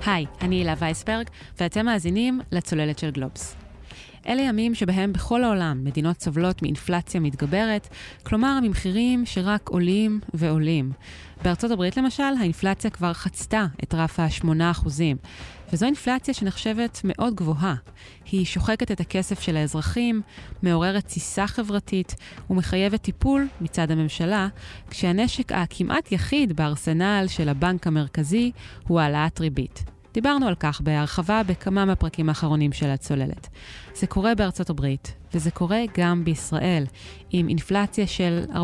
היי, אני הילה וייסברג, ואתם מאזינים לצוללת של גלובס. אלה ימים שבהם בכל העולם מדינות סובלות מאינפלציה מתגברת, כלומר ממחירים שרק עולים ועולים. בארצות הברית למשל, האינפלציה כבר חצתה את רף ה-8%, וזו אינפלציה שנחשבת מאוד גבוהה. היא שוחקת את הכסף של האזרחים, מעוררת תסיסה חברתית ומחייבת טיפול מצד הממשלה, כשהנשק הכמעט יחיד בארסנל של הבנק המרכזי הוא העלאת ריבית. דיברנו על כך בהרחבה בכמה מהפרקים האחרונים של הצוללת. זה קורה בארצות הברית, וזה קורה גם בישראל, עם אינפלציה של 4%,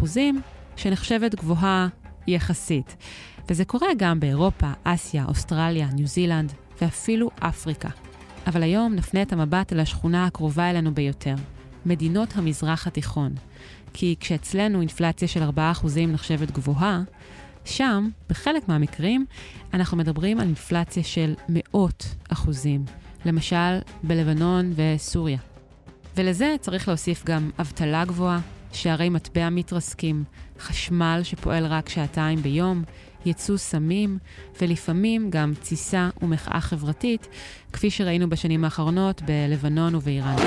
שנחשבת גבוהה יחסית. וזה קורה גם באירופה, אסיה, אוסטרליה, ניו זילנד, ואפילו אפריקה. אבל היום נפנה את המבט אל השכונה הקרובה אלינו ביותר, מדינות המזרח התיכון. כי כשאצלנו אינפלציה של 4% נחשבת גבוהה, שם, בחלק מהמקרים, אנחנו מדברים על אינפלציה של 100%, למשל בלבנון וסוריה. ולזה צריך להוסיף גם אבטלה גבוהה, שערי מטבע מתרסקים, חשמל שפועל רק 2 ביום, ייצוא סמים, ולפעמים גם תסיסה ומחאה חברתית, כפי שראינו בשנים האחרונות בלבנון ובאיראן.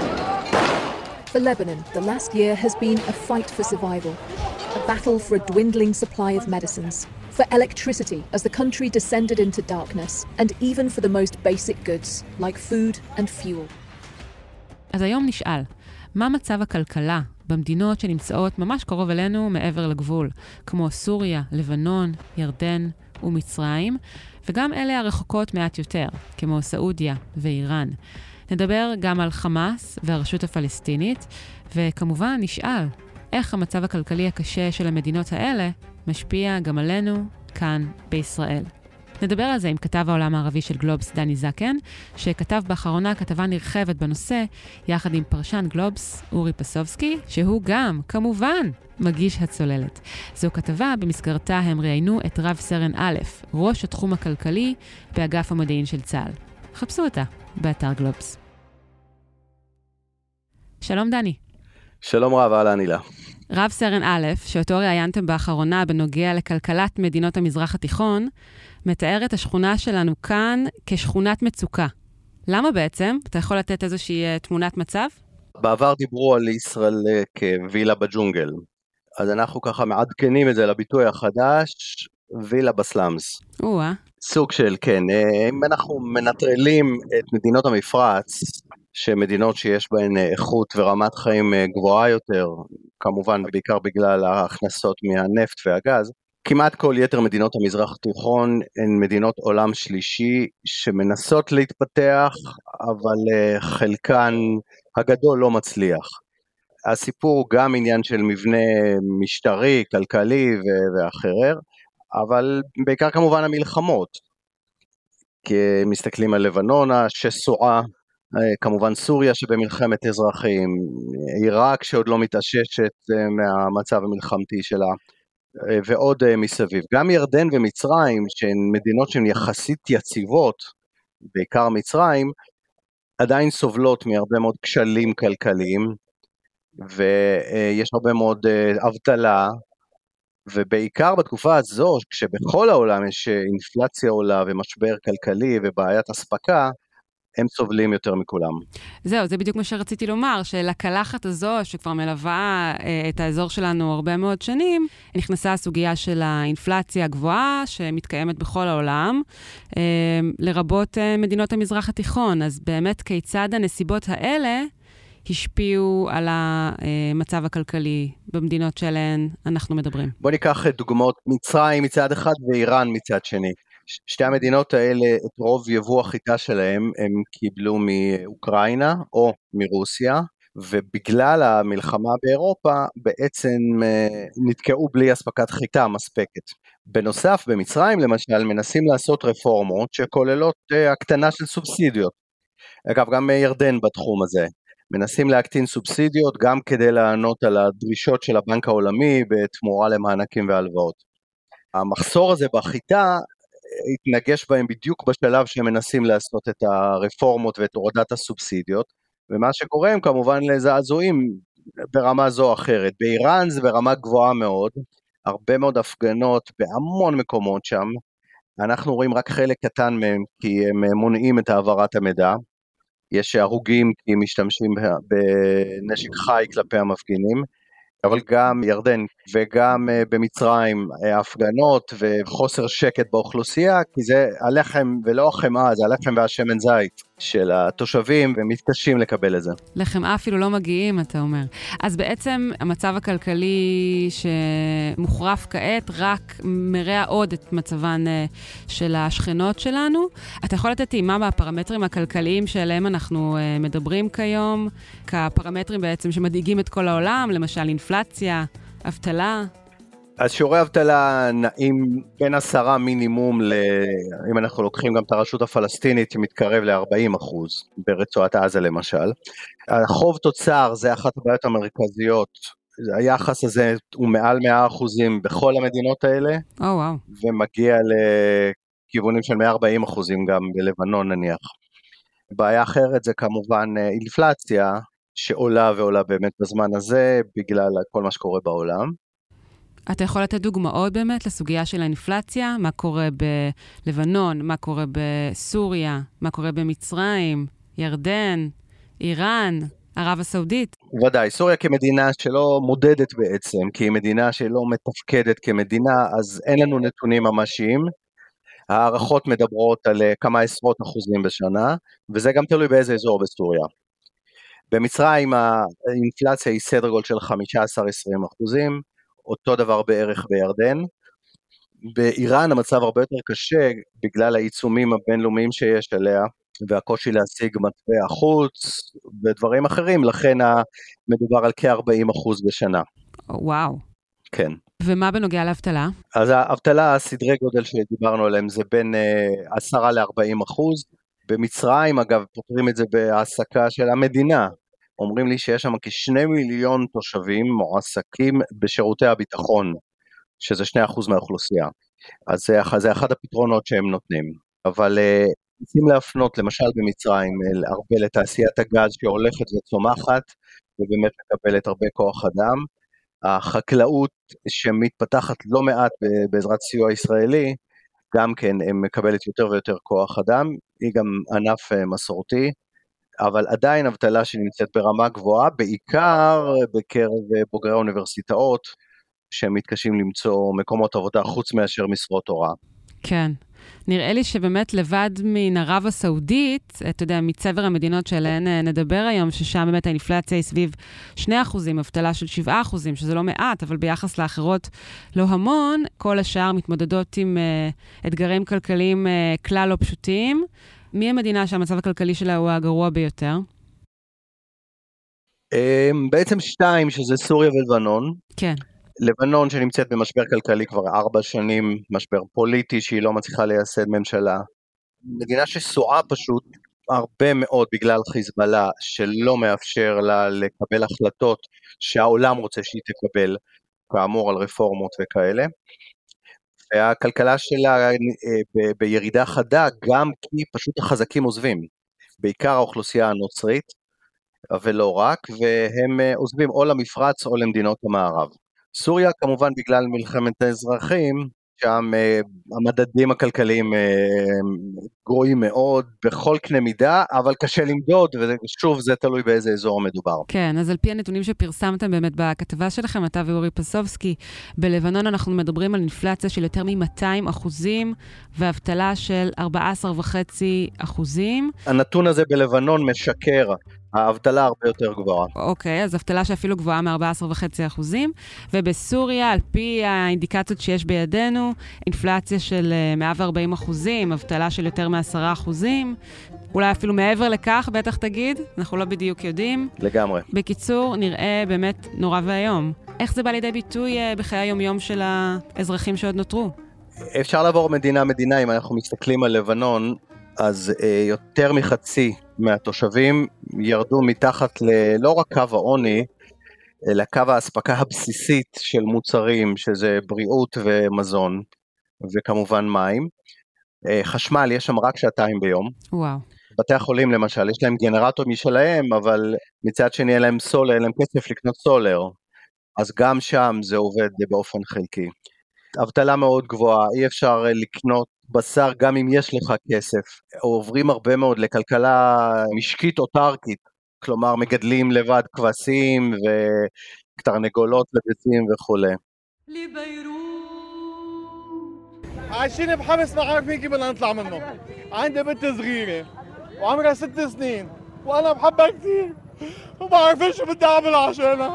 For Lebanon, the last year has been a fight for survival. A battle for a dwindling supply of medicines, for electricity as the country descended into darkness, and even for the most basic goods, like food and fuel. אז היום נשאל, מה מצב הכלכלה במדינות שנמצאות ממש קרוב אלינו מעבר לגבול, כמו סוריה, לבנון, ירדן ומצרים, וגם אלה הרחוקות מעט יותר, כמו סעודיה ואיראן. נדבר גם על חמאס והרשות הפלסטינית, וכמובן נשאל איך המצב הכלכלי הקשה של המדינות האלה משפיע גם עלינו כאן בישראל. נדבר על זה עם כתב העולם הערבי של גלובס דני זקן, שכתב באחרונה כתבה נרחבת בנושא, יחד עם פרשן גלובס אורי פסובסקי, שהוא גם, כמובן, מגיש הצוללת. זו כתבה במסגרתה הם ראיינו את רב סרן א', ראש התחום הכלכלי באגף המודיעין של צה"ל. חפשו אותה באתר גלובס. שלום דני. שלום רב, אהלן הילה. רב סרן א', שאותו ראיינתם באחרונה בנוגע לכלכלת מדינות המזרח התיכון, מתאר את השכונה שלנו כאן כשכונת מצוקה. למה בעצם? אתה יכול לתת איזושהי תמונת מצב? בעבר דיברו על ישראל כווילה בג'ונגל, אז אנחנו ככה מעדכנים את זה לביטוי החדש, וילה בסלאמס. סוג של, כן, אם אנחנו מנטרלים את מדינות המפרץ, שמדינות שיש בהן איכות ורמת חיים גבוהה יותר, כמובן בעיקר בגלל ההכנסות מהנפט והגז, כמעט כל יתר מדינות המזרח התיכון הן מדינות עולם שלישי שמנסות להתפתח, אבל חלקן הגדול לא מצליח. הסיפור הוא גם עניין של מבנה משטרי, כלכלי ואחר, אבל בעיקר כמובן המלחמות. כי מסתכלים על לבנון שסועה, כמובן סוריה שבמלחמת אזרחים, עיראק שעוד לא מתאוששת מהמצב המלחמתי שלה, ועוד מסביב. גם ירדן ומצרים, שהן מדינות שהן יחסית יציבות, בעיקר מצרים, עדיין סובלות מהרבה מאוד כשלים כלכליים, ויש הרבה מאוד אבטלה, ובעיקר בתקופה הזו, כשבכל העולם יש אינפלציה עולה ומשבר כלכלי ובעיית הספקה, הם סובלים יותר מכולם. זהו, זה בדיוק מה שרציתי לומר, שלקלחת הזו, שכבר מלווה את האזור שלנו הרבה מאוד שנים, נכנסה הסוגיה של האינפלציה הגבוהה, שמתקיימת בכל העולם, לרבות מדינות המזרח התיכון. אז באמת, כיצד הנסיבות האלה השפיעו על המצב הכלכלי במדינות שלהן אנחנו מדברים? בוא ניקח דוגמאות מצרים מצד אחד ואיראן מצד שני. שתי המדינות האלה, את רוב יבוא החיטה שלהם, הם קיבלו מאוקראינה או מרוסיה, ובגלל המלחמה באירופה, בעצם נתקעו בלי אספקת חיטה מספקת. בנוסף, במצרים למשל, מנסים לעשות רפורמות שכוללות הקטנה של סובסידיות. אגב, גם ירדן בתחום הזה. מנסים להקטין סובסידיות גם כדי לענות על הדרישות של הבנק העולמי בתמורה למענקים והלוואות. המחסור הזה בחיטה התנגש בהם בדיוק בשלב שהם מנסים לעשות את הרפורמות ואת הורדת הסובסידיות, ומה שקורה כמובן לזעזועים ברמה זו או אחרת. באיראן זה ברמה גבוהה מאוד, הרבה מאוד הפגנות בהמון מקומות שם, אנחנו רואים רק חלק קטן מהם, כי הם מונעים את העברת המידע. יש הרוגים כי משתמשים בנשק חי כלפי המפגינים, אבל גם ירדן וגם במצרים הפגנות וחוסר שקט באוכלוסייה, כי זה הלחם ולא החמאה, זה הלחם והשמן זית של התושבים, והם מתקשים לקבל את זה. לחמאה אפילו לא מגיעים, אתה אומר. אז בעצם המצב הכלכלי שמוחרף כעת רק מראה עוד את מצבן של השכנות שלנו. אתה יכול לתת לי מה בפרמטרים הכלכליים שעליהם אנחנו מדברים כיום, כפרמטרים בעצם שמדאיגים את כל העולם, למשל אינפלציה, אבטלה? אז שיעורי אבטלה נעים בין 10 מינימום, אם אנחנו לוקחים גם את הרשות הפלסטינית, שמתקרב ל-40% ברצועת עזה למשל. החוב תוצר זה אחת הבעיות המרכזיות, היחס הזה הוא מעל 100% בכל המדינות האלה, וואו. ומגיע לכיוונים של 140% גם בלבנון נניח. בעיה אחרת זה כמובן אינפלציה, שעולה ועולה באמת בזמן הזה, בגלל כל מה שקורה בעולם. אתה יכול לתת דוגמאות באמת לסוגיה של האינפלציה? מה קורה בלבנון, מה קורה בסוריה, מה קורה במצרים, ירדן, איראן, ערב הסעודית? ודאי, סוריה כמדינה שלא מודדת בעצם, כי היא מדינה שלא מתפקדת כמדינה, אז אין לנו נתונים ממשיים. הערכות מדברות על כמה עשרות אחוזים בשנה, וזה גם תלוי באיזה אזור בסוריה. במצרים האינפלציה היא סדר גודל של 15-20%, אותו דבר בערך בירדן. באיראן המצב הרבה יותר קשה, בגלל העיצומים הבינלאומיים שיש עליה, והקושי להשיג מטבע חוץ, ודברים אחרים, לכן מדובר על כ-40% בשנה. וואו. כן. ומה בנוגע לאבטלה? אז האבטלה, הסדרי גודל שדיברנו עליהם, זה בין 10 ל-40%. במצרים, אגב, פותרים את זה בהעסקה של המדינה. אומרים לי שיש שם כ2 מיליון תושבים מועסקים בשירותי הביטחון, שזה 2% מהאוכלוסייה. אז זה אחד הפתרונות שהם נותנים. אבל רוצים להפנות, למשל במצרים, הרבה לתעשיית הגז שהולכת וצומחת, ובאמת מקבלת הרבה כוח אדם. החקלאות שמתפתחת לא מעט בעזרת סיוע ישראלי, גם כן מקבלת יותר ויותר כוח אדם, היא גם ענף מסורתי, אבל עדיין אבטלה שנמצאת ברמה גבוהה, בעיקר בקרב בוגרי האוניברסיטאות, שהם מתקשים למצוא מקומות עבודה חוץ מאשר משרות הוראה. כן. נראה לי שבאמת לבד מן ערב הסעודית, אתה יודע, מצבר המדינות שעליהן נדבר היום, ששם באמת האינפלציה היא סביב 2%, אבטלה של 7%, שזה לא מעט, אבל ביחס לאחרות לא המון, כל השאר מתמודדות עם אתגרים כלכליים כלל לא פשוטים. מי המדינה שהמצב הכלכלי שלה הוא הגרוע ביותר? בעצם 2, שזה סוריה ולבנון. כן. לבנון שנמצאת במשבר כלכלי כבר 4 שנים, משבר פוליטי שהיא לא מצליחה לייסד ממשלה. מדינה שסועה פשוט הרבה מאוד בגלל חיזבאללה, שלא מאפשר לה לקבל החלטות שהעולם רוצה שהיא תקבל, כאמור על רפורמות וכאלה. והכלכלה שלה בירידה חדה, גם כי פשוט החזקים עוזבים, בעיקר האוכלוסייה הנוצרית, ולא רק, והם עוזבים או למפרץ או למדינות המערב. סוריה כמובן בגלל מלחמת האזרחים, שם המדדים הכלכליים גרועים מאוד בכל קנה מידה, אבל קשה למדוד, ושוב זה תלוי באיזה אזור מדובר. כן, אז על פי הנתונים שפרסמתם באמת בכתבה שלכם, אתה ואורי פסובסקי, בלבנון אנחנו מדברים על אינפלציה של יותר מ-200%, ואבטלה של 14.5%. הנתון הזה בלבנון משקר, האבטלה הרבה יותר גבוהה. אוקיי, אז אבטלה שאפילו גבוהה מ-14.5%, ובסוריה, על פי האינדיקציות שיש בידינו, אינפלציה של 140%, אבטלה של יותר מ10%, אולי אפילו מעבר לכך, בטח תגיד, אנחנו לא בדיוק יודעים. לגמרי. בקיצור, נראה באמת נורא והיום. איך זה בא לידי ביטוי בחיי היום-יום של האזרחים שעוד נותרו? אפשר לעבור מדינה, אם אנחנו מסתכלים על לבנון, אז יותר מחצי מהתושבים ירדו מתחת לא רק קו העוני, אלא קו ההספקה הבסיסית של מוצרים, שזה בריאות ומזון, וכמובן מים. חשמל יש שם רק 2 ביום. וואו. בתי החולים למשל, יש להם גנרטור משלהם, אבל מצד שני אין להם סולר, אין להם כסף לקנות סולר. אז גם שם זה עובד באופן חלקי. אבטלה מאוד גבוהה, אי אפשר לקנות בשר גם אם יש לך כסף, עוברים הרבה מאוד לכלכלה משקית אוטרקית, כלומר מגדלים לבד כבשים ותרנגולות לביצים וכו'. عايشين بحبس ما عارفين كيف بدنا نطلع منه. عندي بنت صغيرة وعمرها 6 سنين وأنا بحبها كثير وما عارفين شو بدي أعمل عشانها.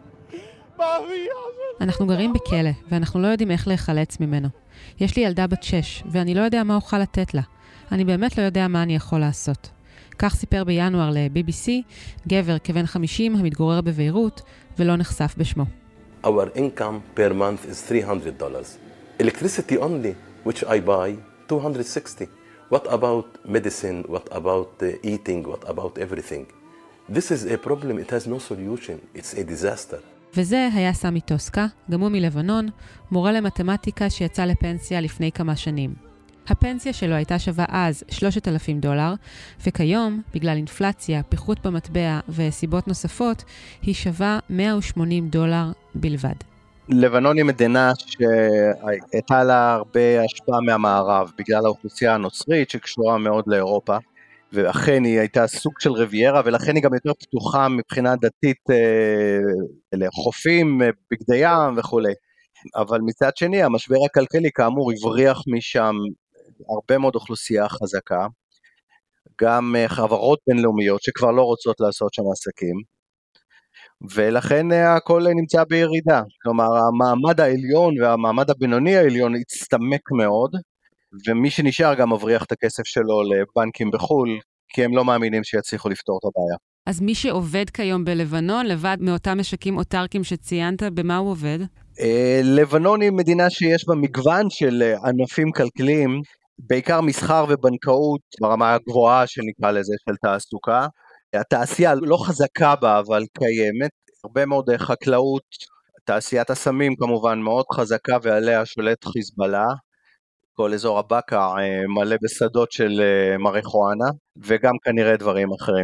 אנחנו גרים בכלא, ואנחנו לא יודעים איך להיחלץ ממנו. יש לי ילדה בת 6, ואני לא יודע מה אוכל לתת לה. אני באמת לא יודע מה אני יכול לעשות. כך סיפר בינואר ל-BBC, גבר כבן 50 המתגורר בביירות, ולא נחשף בשמו. Our income per month is $300. Electricity only, which I buy, $260. What about medicine? What about eating? What about everything? This is a problem. It has no solution. It's a disaster. וזה היה סמי טוסקה, גם הוא מלבנון, מורה למתמטיקה שיצא לפנסיה לפני כמה שנים. הפנסיה שלו הייתה שווה אז $3,000, וכיום, בגלל אינפלציה, פיחות במטבע וסיבות נוספות, היא שווה $180 בלבד. לבנון היא מדינה שהייתה לה הרבה השפעה מהמערב, בגלל האוכלוסייה הנוצרית שקשורה מאוד לאירופה, ואכן היא הייתה סוג של רביירה, ולכן היא גם יותר פתוחה מבחינה דתית לחופים, בגדי ים וכו'. אבל מצד שני, המשבר הכלכלי כאמור הבריח משם הרבה מאוד אוכלוסייה חזקה, גם חברות בינלאומיות שכבר לא רוצות לעשות שם עסקים, ולכן הכל נמצא בירידה. כלומר, המעמד העליון והמעמד הבינוני העליון הצטמק מאוד, ומי שנשאר גם מבריח את הכסף שלו לבנקים בחול, כי הם לא מאמינים שיצליחו לפתור את הבעיה. אז מי שעובד כיום בלבנון, לבד מאותם משקים אוטרקים שציינת, במה הוא עובד? לבנון היא מדינה שיש בה מגוון של ענפים כלכליים, בעיקר מסחר ובנקאות, ברמה הגבוהה שנקרא לזה של תעסוקה. התעשייה לא חזקה בה, אבל קיימת. הרבה מאוד חקלאות, תעשיית הסמים כמובן מאוד חזקה, ועליה שולט חיזבאללה. כל אזור הבקע מלא בשדות של מריחואנה, וגם כנראה דברים אחרים.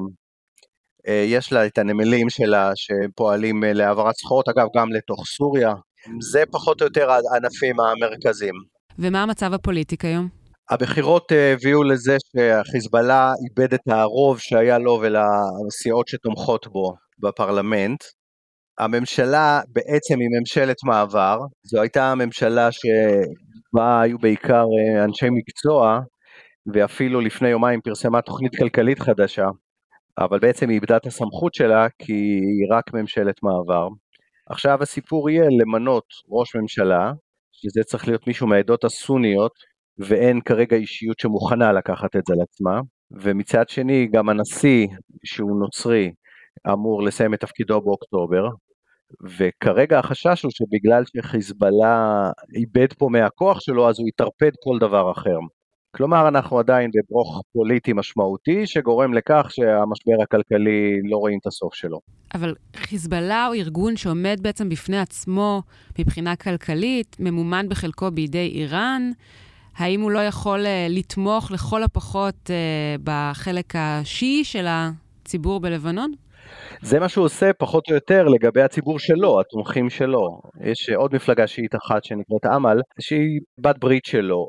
יש לה את הנמלים שלה שפועלים להעברת סחורות, אגב גם לתוך סוריה. זה פחות או יותר הענפים המרכזיים. ומה המצב הפוליטי היום? הבחירות הביאו לזה שהחיזבאללה איבד את הרוב שהיה לו ולסיעות שתומכות בו בפרלמנט. הממשלה בעצם היא ממשלת מעבר, זו הייתה הממשלה שבה היו בעיקר אנשי מקצוע, ואפילו לפני יומיים פרסמה תוכנית כלכלית חדשה, אבל בעצם היא איבדה את הסמכות שלה כי היא רק ממשלת מעבר. עכשיו הסיפור יהיה למנות ראש ממשלה, שזה צריך להיות מישהו מהעדות הסוניות, ואין כרגע אישיות שמוכנה לקחת את זה לעצמה, ומצד שני גם הנשיא שהוא נוצרי אמור לסיים את תפקידו באוקטובר, וכרגע החשש הוא שבגלל שחיזבאללה איבד פה מהכוח שלו, אז הוא יתרפד כל דבר אחר. כלומר, אנחנו עדיין בברוך פוליטי משמעותי, שגורם לכך שהמשבר הכלכלי לא רואים את הסוף שלו. אבל חיזבאללה הוא ארגון שעומד בעצם בפני עצמו מבחינה כלכלית, ממומן בחלקו בידי איראן. האם הוא לא יכול לתמוך לכל הפחות בחלק השיעי של הציבור בלבנון? זה מה שהוא עושה פחות או יותר לגבי הציבור שלו, התומכים שלו. יש עוד מפלגה שיעית אחת שנקראת אמל, שהיא בת ברית שלו.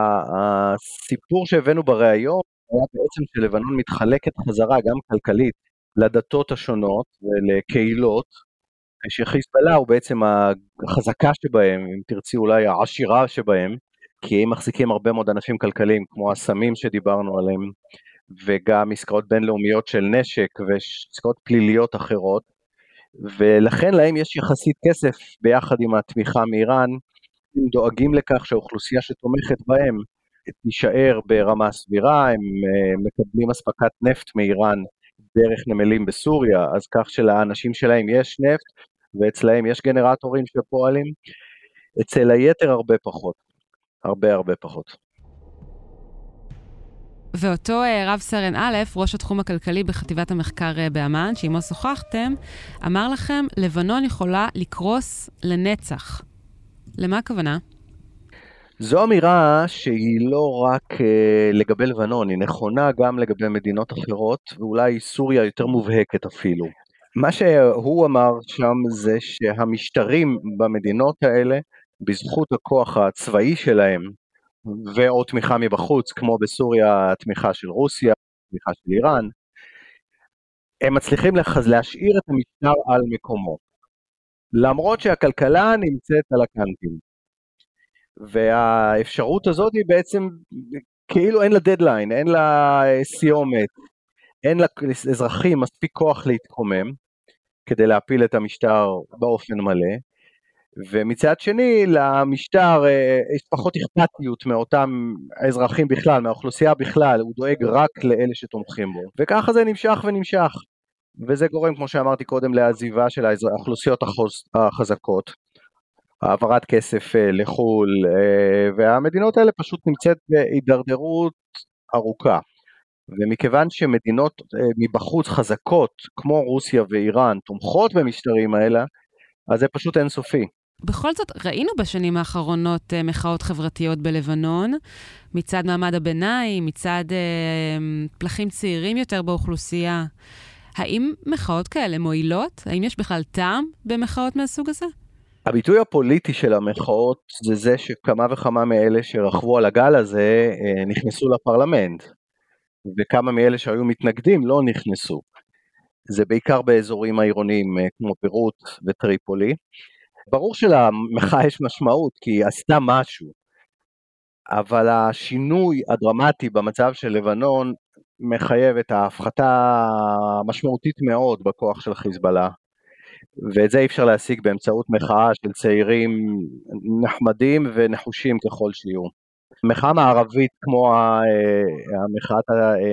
הסיפור שהבאנו בראיון היה בעצם שלבנון מתחלקת חזרה גם כלכלית לדתות השונות ולקהילות, שחיזבאללה הוא בעצם החזקה שבהם, אם תרצי אולי העשירה שבהם, כי הם מחזיקים הרבה מאוד ענפים כלכליים כמו הסמים שדיברנו עליהם, וגם עסקאות בינלאומיות של נשק ועסקאות פליליות אחרות, ולכן להם יש יחסית כסף ביחד עם התמיכה מאיראן, הם דואגים לכך שהאוכלוסייה שתומכת בהם תישאר ברמה סבירה, הם מקבלים אספקת נפט מאיראן דרך נמלים בסוריה, אז כך שלאנשים שלהם יש נפט, ואצלהם יש גנרטורים שפועלים, אצל היתר הרבה פחות, הרבה פחות. ואותו רב סרן א', ראש התחום הכלכלי בחטיבת המחקר באמן, שעימו שוחחתם, אמר לכם, לבנון יכולה לקרוס לנצח. למה הכוונה? זו אמירה שהיא לא רק לגבי לבנון, היא נכונה גם לגבי מדינות אחרות, ואולי סוריה יותר מובהקת אפילו. מה שהוא אמר שם זה שהמשטרים במדינות האלה בזכות הכוח הצבאי שלהם, ועוד תמיכה מבחוץ, כמו בסוריה, התמיכה של רוסיה, תמיכה של איראן, הם מצליחים להשאיר את המשטר על מקומו, למרות שהכלכלה נמצאת על הקנטים. והאפשרות הזאת היא בעצם, כאילו אין לה דדליין, אין לה סיומת, אין לאזרחים מספיק כוח להתקומם, כדי להפיל את המשטר באופן מלא, ומצד שני למשטר יש פחות אכפתיות מאותם האזרחים בכלל, מהאוכלוסייה בכלל, הוא דואג רק לאלה שתומכים בו, וככה זה נמשך ונמשך, וזה גורם כמו שאמרתי קודם לעזיבה של האוכלוסיות החזקות, העברת כסף לחול, והמדינות האלה פשוט נמצאת בהידרדרות ארוכה, ומכיוון שמדינות מבחוץ חזקות כמו רוסיה ואיראן תומכות במשטרים האלה, אז זה פשוט אינסופי. בכל זאת, ראינו בשנים האחרונות מחאות חברתיות בלבנון, מצד מעמד הביניים, מצד פלחים צעירים יותר באוכלוסייה. האם מחאות כאלה מועילות? האם יש בכלל טעם במחאות מהסוג הזה? הביטוי הפוליטי של המחאות זה שכמה וכמה מאלה שרכבו על הגל הזה נכנסו לפרלמנט, וכמה מאלה שהיו מתנגדים לא נכנסו. זה בעיקר באזורים העירוניים כמו ביירות וטריפולי. ברור שלמחאה יש משמעות כי היא עשתה משהו, אבל השינוי הדרמטי במצב של לבנון מחייב את ההפחתה משמעותית מאוד בכוח של חיזבאללה, ואת זה אי אפשר להשיג באמצעות מחאה של צעירים נחמדים ונחושים ככל שיהיו. מחאה מערבית כמו המחאת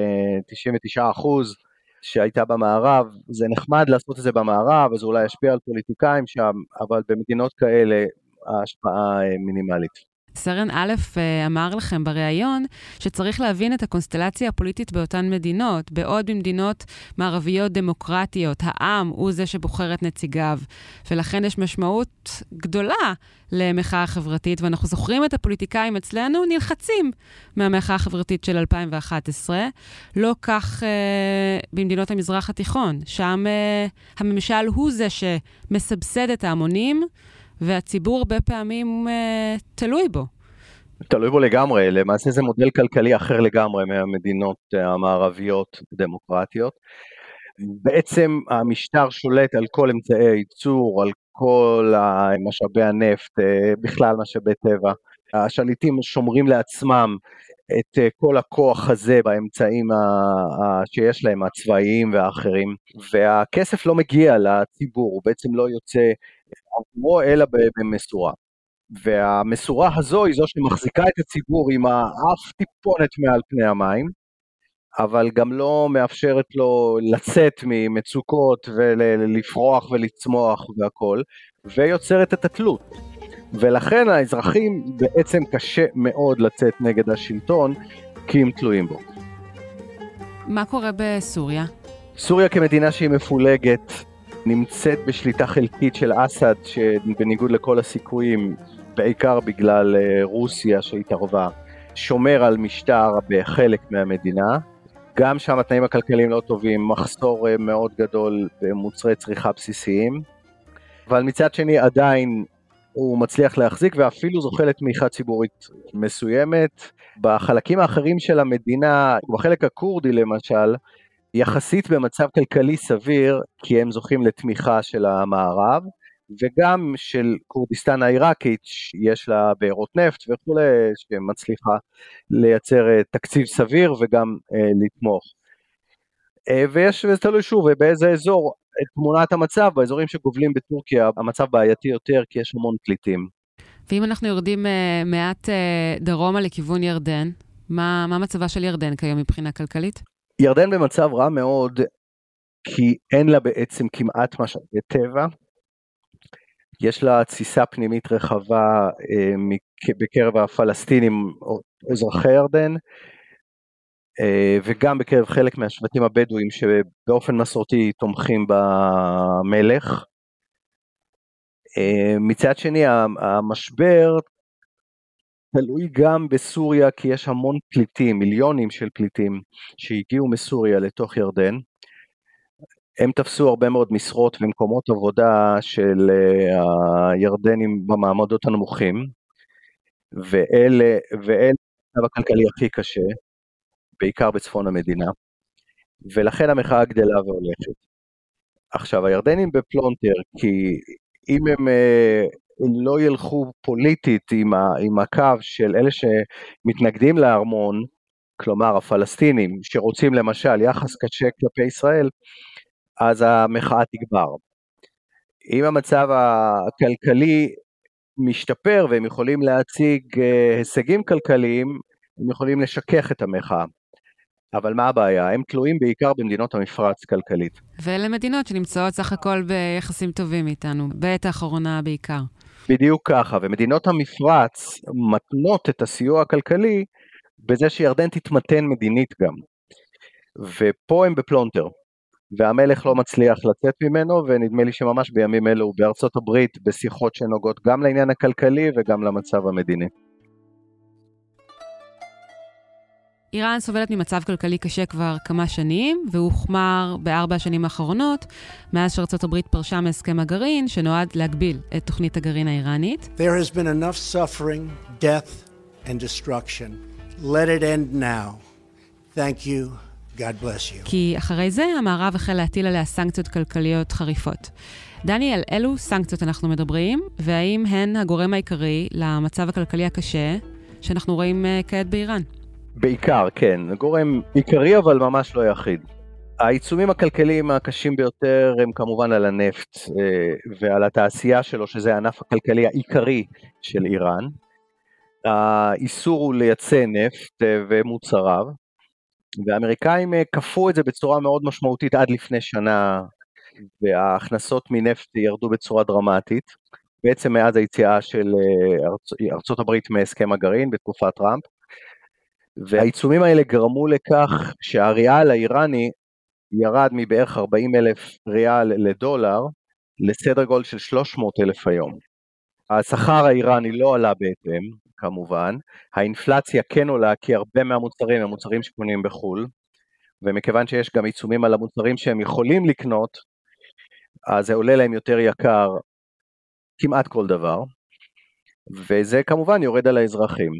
ה-99% שהייתה במערב, זה נחמד לעשות את זה במערב, אז אולי ישפיע על פוליטיקאים שם, אבל במדינות כאלה ההשפעה מינימלית. סרן א' אמר לכם בריאיון שצריך להבין את הקונסטלציה הפוליטית באותן מדינות, בעוד במדינות מערביות דמוקרטיות, העם הוא זה שבוחר את נציגיו, ולכן יש משמעות גדולה למחאה חברתית, ואנחנו זוכרים את הפוליטיקאים אצלנו נלחצים מהמחאה החברתית של 2011, לא כך במדינות המזרח התיכון, שם הממשל הוא זה שמסבסד את ההמונים, והציבור הרבה פעמים תלוי בו. תלוי בו לגמרי, למעשה זה מודל כלכלי אחר לגמרי מהמדינות המערביות דמוקרטיות. בעצם המשטר שולט על כל אמצעי הייצור, על כל משאבי הנפט, בכלל משאבי טבע. השליטים שומרים לעצמם את כל הכוח הזה באמצעים שיש להם, הצבאיים והאחרים, והכסף לא מגיע לציבור, הוא בעצם לא יוצא עבורו אלא במסורה. והמסורה הזו היא זו שמחזיקה את הציבור עם האף טיפונת מעל פני המים, אבל גם לא מאפשרת לו לצאת ממצוקות ולפרוח ולצמוח והכל, ויוצרת את התלות. ולכן האזרחים בעצם קשה מאוד לצאת נגד השלטון, כי הם תלויים בו. מה קורה בסוריה? סוריה כמדינה שהיא מפולגת, נמצאת בשליטה חלקית של אסד, שבניגוד לכל הסיכויים, בעיקר בגלל רוסיה שהתערבה, שומר על משטר בחלק מהמדינה. גם שם התנאים הכלכליים לא טובים, מחסור מאוד גדול במוצרי צריכה בסיסיים, אבל מצד שני עדיין הוא מצליח להחזיק ואפילו זוכה לתמיכה ציבורית מסוימת. בחלקים האחרים של המדינה, בחלק הקורדי למשל, יחסית במצב כלכלי סביר, כי הם זוכים לתמיכה של המערב, וגם של קורדיסטן העיראקית, יש לה בארות נפט וכו', שמצליחה לייצר תקציב סביר וגם לתמוך. וזה תלוי שוב, באיזה אזור, תמונת המצב, באזורים שגובלים בטורקיה, המצב בעייתי יותר, כי יש המון פליטים. ואם אנחנו יורדים מעט דרומה לכיוון ירדן, מה מצבה של ירדן כיום מבחינה כלכלית? ירדן במצב רע מאוד, כי אין לה בעצם כמעט משאבי טבע, יש לה תסיסה פנימית רחבה בקרב הפלסטינים, אזרחי ירדן, וגם בקרב חלק מהשבטים הבדואים שבאופן מסורתי תומכים במלך. מצד שני, המשבר תלוי גם בסוריה, כי יש המון פליטים, מיליונים של פליטים שהגיעו מסוריה לתוך ירדן, הם תפסו הרבה מאוד משרות ומקומות עבודה של הירדנים במעמדות הנמוכים, ואלה המצב הכלכלי הכי קשה, בעיקר בצפון המדינה, ולכן המחאה גדלה והולכת. עכשיו, הירדנים בפלונטר, כי אם הם לא ילכו פוליטית עם הקו של אלה שמתנגדים לארמון, כלומר הפלסטינים שרוצים למשל יחס קשה כלפי ישראל, אז המחאה תגבר. אם המצב הכלכלי משתפר והם יכולים להציג הישגים כלכליים, הם יכולים לשכך את המחאה. אבל מה הבעיה? הם תלויים בעיקר במדינות המפרץ כלכלית. ואלה מדינות שנמצאות סך הכל ביחסים טובים איתנו, בעת האחרונה בעיקר. בדיוק ככה, ומדינות המפרץ מתנות את הסיוע הכלכלי בזה שירדן תתמתן מדינית גם. ופה הם בפלונטר, והמלך לא מצליח לצאת ממנו, ונדמה לי שממש בימים אלו הוא בארצות הברית בשיחות שנוגעות גם לעניין הכלכלי וגם למצב המדיני. איראן סובלת ממצב כלכלי קשה כבר כמה שנים, והוא הוחמר ב4 השנים האחרונות, מאז שארצות הברית פרשה מהסכם הגרעין, שנועד להגביל את תוכנית הגרעין האיראנית. There has been enough suffering, death and destruction. Let it end now. Thank you. God bless you. כי אחרי זה המערב החל להטיל עליה סנקציות כלכליות חריפות. דניאל, אילו סנקציות אנחנו מדברים, והאם הן הגורם העיקרי למצב הכלכלי הקשה שאנחנו רואים כעת באיראן? בעיקר, כן. גורם עיקרי, אבל ממש לא יחיד. העיצומים הכלכליים הקשים ביותר הם כמובן על הנפט ועל התעשייה שלו, שזה הענף הכלכלי העיקרי של איראן. האיסור הוא לייצא נפט ומוצריו, והאמריקאים כפו את זה בצורה מאוד משמעותית עד לפני שנה, וההכנסות מנפט ירדו בצורה דרמטית, בעצם מאז היציאה של ארצות הברית מהסכם הגרעין בתקופת טראמפ, והעיצומים האלה גרמו לכך שהריאל האיראני ירד מבערך 40,000 ריאל לדולר, לסדר גודל של 300,000 היום. השכר האיראני לא עלה בהתאם, כמובן, האינפלציה כן עולה כי הרבה מהמוצרים הם מוצרים שקונים בחול, ומכיוון שיש גם עיצומים על המוצרים שהם יכולים לקנות, אז זה עולה להם יותר יקר כמעט כל דבר, וזה כמובן יורד על האזרחים.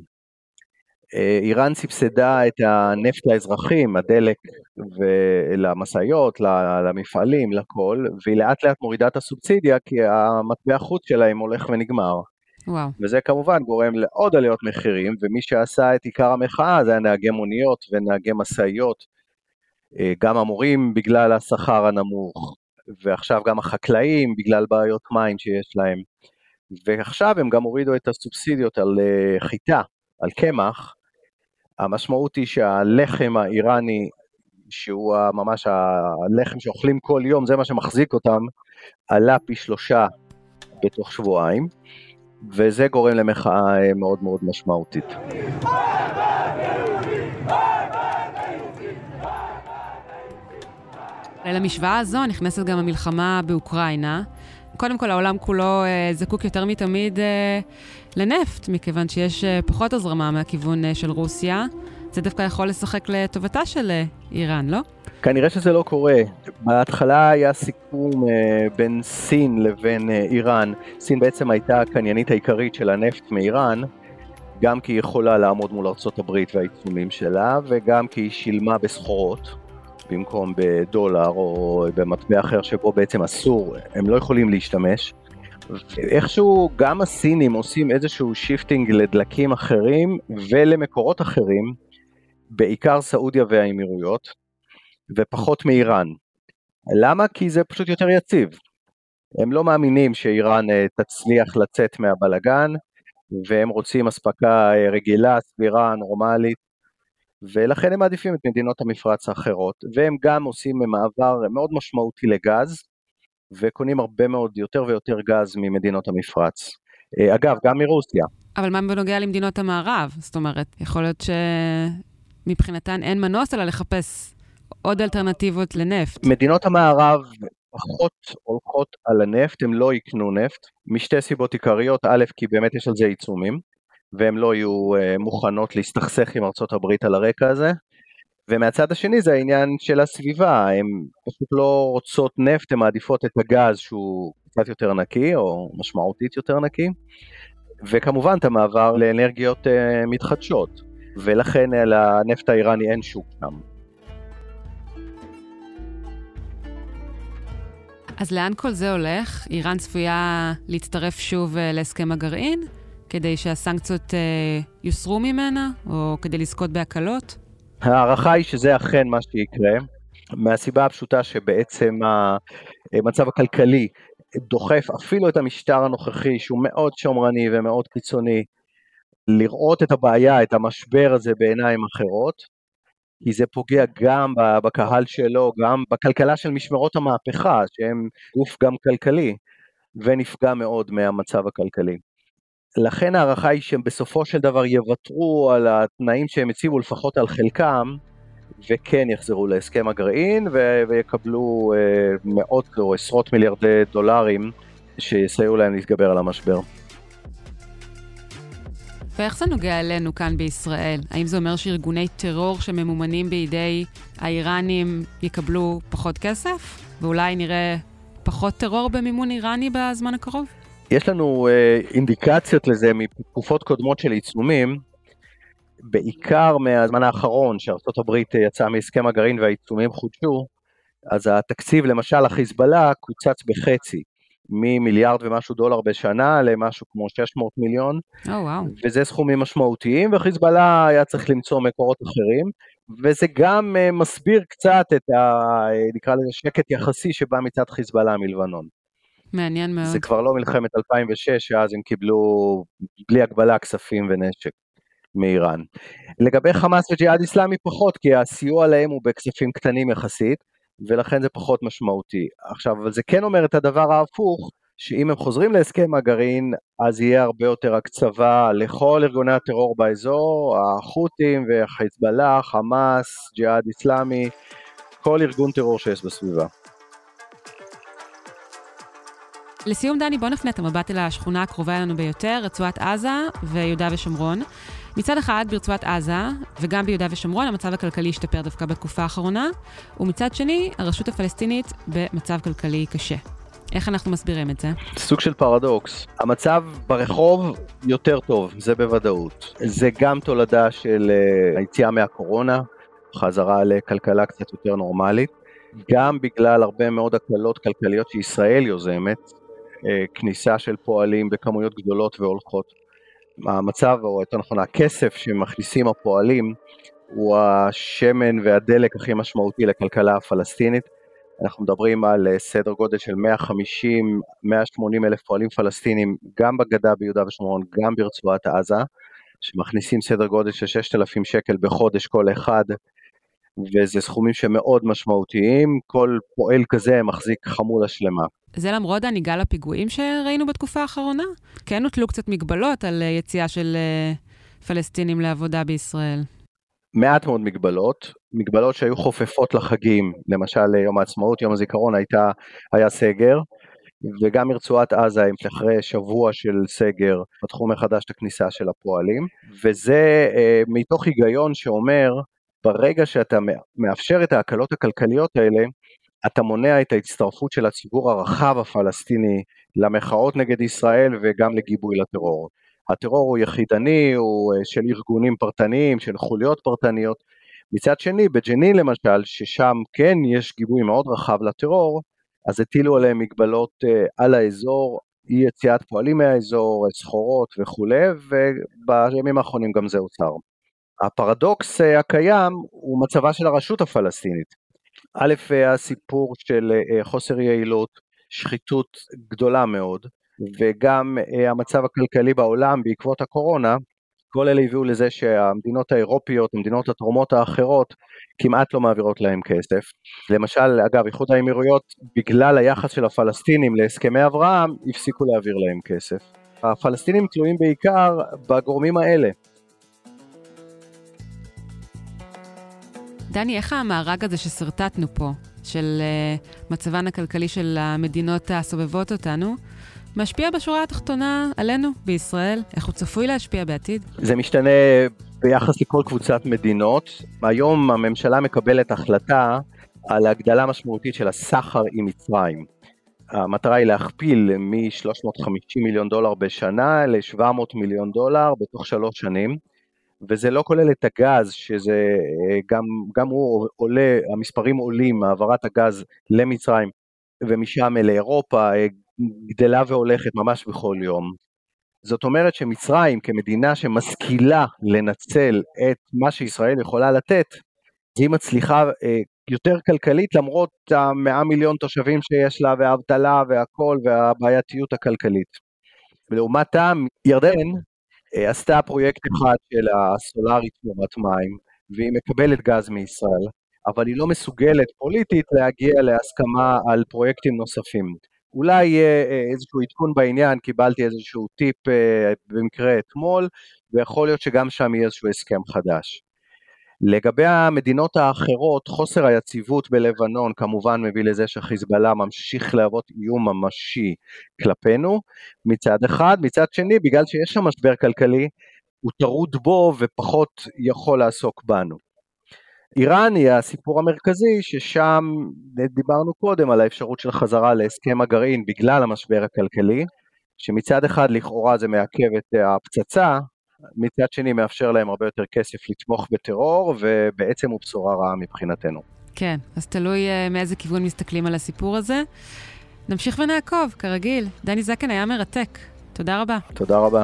איראן סבסדה את הנפט לאזרחים, הדלק ולמשאיות, למפעלים, לכל, והיא לאט לאט מורידה את הסובסידיה, כי המטבע חוץ שלהם הולך ונגמר. וואו. וזה כמובן גורם לעוד עליות מחירים, ומי שעשה את עיקר המחאה זה הנהגי מוניות ונהגי משאיות, גם המורים בגלל השכר הנמוך, ועכשיו גם החקלאים בגלל בעיות מים שיש להם, ועכשיו הם גם הורידו את הסובסידיות על חיטה, על קמח. המשמעות היא שהלחם האיראני, שהוא ממש הלחם שאוכלים כל יום, זה מה שמחזיק אותם, עלה פי 3 בתוך שבועיים, וזה גורם למחאה מאוד מאוד משמעותית. למשוואה הזו נכנסת גם המלחמה באוקראינה. קודם כל, העולם כולו זקוק יותר מתמיד לנפט, מכיוון שיש פחות הזרמה מהכיוון של רוסיה. זה דווקא יכול לשחק לטובתה של איראן, לא? כנראה שזה לא קורה. בהתחלה היה סיכום בין סין לבין איראן. סין בעצם הייתה הקניינית העיקרית של הנפט מאיראן, גם כי היא יכולה לעמוד מול ארצות הברית והעיצומים שלה, וגם כי היא שילמה בסחורות, במקום בדולר או במטבע אחר שבו בעצם אסור, הם לא יכולים להשתמש. איכשהו גם הסינים עושים איזשהו שיפטינג לדלקים אחרים ולמקורות אחרים, בעיקר סעודיה והאמירויות, ופחות מאיראן. למה? כי זה פשוט יותר יציב. הם לא מאמינים שאיראן תצליח לצאת מהבלגן, והם רוצים אספקה רגילה, סבירה, נורמלית, ולכן הם מעדיפים את מדינות המפרץ האחרות, והם גם עושים מעבר מאוד משמעותי לגז, וקונים הרבה מאוד יותר ויותר גז ממדינות המפרץ. אגב, גם מרוסיה. אבל מה בנוגע למדינות המערב? זאת אומרת, יכול להיות שמבחינתן אין מנוס אלא לחפש עוד אלטרנטיבות לנפט. מדינות המערב פחות הולכות על הנפט, הם לא יקנו נפט, משתי סיבות עיקריות. א', כי באמת יש על זה עיצומים, והם לא יהיו מוכנות להסתכסך עם ארצות הברית על הרקע הזה, ומהצד השני זה העניין של הסביבה, הן פשוט לא רוצות נפט, הן מעדיפות את הגז שהוא קצת יותר נקי, או משמעותית יותר נקי, וכמובן את המעבר לאנרגיות מתחדשות, ולכן לנפט האיראני אין שוק שם. אז לאן כל זה הולך? איראן צפויה להצטרף שוב להסכם הגרעין, כדי שהסנקציות יוסרו ממנה, או כדי לזכות בהקלות? הערכה היא שזה אכן מה שיקרה, מהסיבה הפשוטה שבעצם המצב הכלכלי דוחף אפילו את המשטר הנוכחי, שהוא מאוד שמרני ומאוד קיצוני, לראות את הבעיה, את המשבר הזה בעיניים אחרות, כי זה פוגע גם בקהל שלו, גם בכלכלה של משמרות המהפכה, שהם גוף גם כלכלי, ונפגע מאוד מהמצב הכלכלי. לכן הערכה היא שהם בסופו של דבר יוותרו על התנאים שהם הציבו, לפחות על חלקם, וכן יחזרו להסכם הגרעין, ויקבלו מאות או עשרות מיליארדי דולרים, שיסייעו להם להתגבר על המשבר. ואיך זה נוגע אלינו כאן בישראל? האם זה אומר שארגוני טרור שממומנים בידי האיראנים יקבלו פחות כסף? ואולי נראה פחות טרור במימון איראני בזמן הקרוב? יש לנו אינדיקציות לזה מתקופות קודמות של עיצומים, בעיקר מהזמן האחרון שארצות הברית יצאה מהסכם הגרעין והעיצומים חודשו, אז התקציב למשל החיזבאללה קוצץ בחצי, ממיליארד ומשהו דולר בשנה למשהו כמו 600 מיליון, וזה סכומים משמעותיים, וחיזבאללה היה צריך למצוא מקורות אחרים, וזה גם מסביר קצת את נקרא לזה שקט יחסי שבא מצד חיזבאללה מלבנון. מעניין מאוד. זה כבר לא מלחמת 2006, שאז הם קיבלו בלי הגבלה כספים ונשק מאיראן. לגבי חמאס וג'יהאד איסלאמי פחות, כי הסיוע להם הוא בכספים קטנים יחסית, ולכן זה פחות משמעותי. עכשיו, אבל זה כן אומר את הדבר ההפוך, שאם הם חוזרים להסכם הגרעין, אז יהיה הרבה יותר הקצבה לכל ארגוני הטרור באזור, החות'ים והחיזבאללה, חמאס, ג'יהאד איסלאמי, כל ארגון טרור שיש בסביבה. לסיום דני, בוא נפנה את המבט אל השכונה הקרובה לנו ביותר, רצועת עזה ויהודה ושומרון. מצד אחד ברצועת עזה וגם ביהודה ושומרון המצב הכלכלי השתפר דווקא בתקופה האחרונה, ומצד שני הרשות הפלסטינית במצב כלכלי קשה. איך אנחנו מסבירים את זה? סוג של פרדוקס. המצב ברחוב יותר טוב, זה בוודאות. זה גם תולדה של היציאה מהקורונה, חזרה לכלכלה קצת יותר נורמלית, גם בגלל הרבה מאוד הקלות כלכליות שישראל יוזמת, כניסה של פועלים בכמויות גדולות והולכות. המצב, או יותר נכון, הכסף שמכניסים הפועלים, הוא השמן והדלק הכי משמעותי לכלכלה הפלסטינית. אנחנו מדברים על סדר גודל של 150-180 אלף פועלים פלסטינים, גם בגדה ביהודה ושומרון, גם ברצועת עזה, שמכניסים סדר גודל של 6,000 שקל בחודש כל אחד, וזה סכומים שמאוד משמעותיים, כל פועל כזה מחזיק חמולה שלמה. זה למרות גל הפיגועים שראינו בתקופה האחרונה? כן נוטלו קצת מגבלות על יציאה של פלסטינים לעבודה בישראל. מעט מאוד מגבלות שהיו חופפות לחגים, למשל יום העצמאות, יום הזיכרון היה סגר, וגם מרצועת עזה, אחרי שבוע של סגר, פתחו מחדש את הכניסה של הפועלים, וזה מתוך היגיון שאומר, ברגע שאתה מאפשר את ההקלות הכלכליות האלה, אתה מונע את ההצטרפות של הציבור הרחב הפלסטיני למחאות נגד ישראל וגם לגיבוי לטרור. הטרור הוא יחידני, הוא של ארגונים פרטניים, של חוליות פרטניות. מצד שני, בג'נין למשל, ששם כן יש גיבוי מאוד רחב לטרור, אז הטילו עליהם מגבלות על האזור, אי יציאת פועלים מהאזור, סחורות וכו', ובימים האחרונים גם זה הוצר. הפרדוקס הקיים הוא מצבה של הרשות הפלסטינית. א', הסיפור של חוסר יעילות, שחיתות גדולה מאוד, וגם המצב הכלכלי בעולם בעקבות הקורונה, כל אלה הביאו לזה שהמדינות האירופיות, המדינות התרומות האחרות, כמעט לא מעבירות להם כסף. למשל, אגב, איחוד האמירויות, בגלל היחס של הפלסטינים להסכמי אברהם, הפסיקו להעביר להם כסף. הפלסטינים תלויים בעיקר בגורמים האלה. דני, איך המארג הזה שסרטטנו פה, של מצבן הכלכלי של המדינות הסובבות אותנו, משפיע בשורה התחתונה עלינו בישראל? איך הוא צפוי להשפיע בעתיד? זה משתנה ביחס לכל קבוצת מדינות. היום הממשלה מקבלת החלטה על הגדלה משמעותית של הסחר עם מצרים. המטרה היא להכפיל מ-$350 מיליון בשנה ל-$700 מיליון בתוך 3 שנים, וזה לא כולל את הגז, שזה גם הוא עולה, המספרים עולים, העברת הגז למצרים ומשם לאירופה גדלה והולכת ממש בכל יום. זאת אומרת שמצרים כמדינה שמשכילה לנצל את מה שישראל יכולה לתת, היא מצליחה יותר כלכלית למרות ה100 מיליון תושבים שיש לה והאבטלה והכל והבעייתיות הכלכלית. ולעומתם ירדן עשתה פרויקט אחד של הסולארית תמורת מים, והיא מקבלת גז מישראל, אבל היא לא מסוגלת פוליטית להגיע להסכמה על פרויקטים נוספים. אולי איזשהו עדכון בעניין, קיבלתי איזשהו טיפ במקרה אתמול, ויכול להיות שגם שם יהיה איזשהו הסכם חדש. לגבי המדינות האחרות, חוסר היציבות בלבנון כמובן מביא לזה שחיזבאללה ממשיך להוות איום ממשי כלפינו, מצד אחד, מצד שני, בגלל שיש שם משבר כלכלי, הוא טרוד בו ופחות יכול לעסוק בנו. איראן היא הסיפור המרכזי, ששם דיברנו קודם על האפשרות של חזרה להסכם הגרעין בגלל המשבר הכלכלי, שמצד אחד לכאורה זה מעכב את הפצצה, מצד שני מאפשר להם הרבה יותר כסף לתמוך בטרור, ובעצם הוא בשורה רעה מבחינתנו. כן, אז תלוי מאיזה כיוון מסתכלים על הסיפור הזה. נמשיך ונעקוב, כרגיל. דני זקן היה מרתק. תודה רבה. תודה רבה.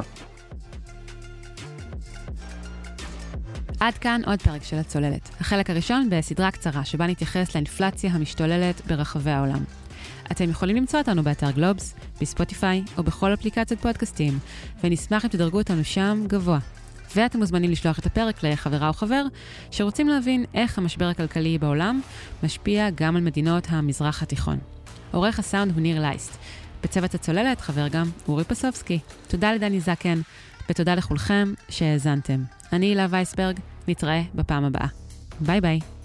עד כאן עוד פרק של הצוללת. החלק הראשון בסדרה קצרה, שבה נתייחס לאינפלציה המשתוללת ברחבי העולם. אתם יכולים למצוא אותנו באתר גלובס, בספוטיפיי או בכל אפליקציות פודקאסטים, ונשמח אם תדרגו אותנו שם גבוה. ואתם מוזמנים לשלוח את הפרק לחברה או חבר, שרוצים להבין איך המשבר הכלכלי בעולם משפיע גם על מדינות המזרח התיכון. עורך הסאונד הוא ניר לייסט. בצוות הצוללת חבר גם אורי פסובסקי. תודה לדני זקן, ותודה לכולכם שהאזנתם. אני הילה וייסברג, נתראה בפעם הבאה. ביי ביי.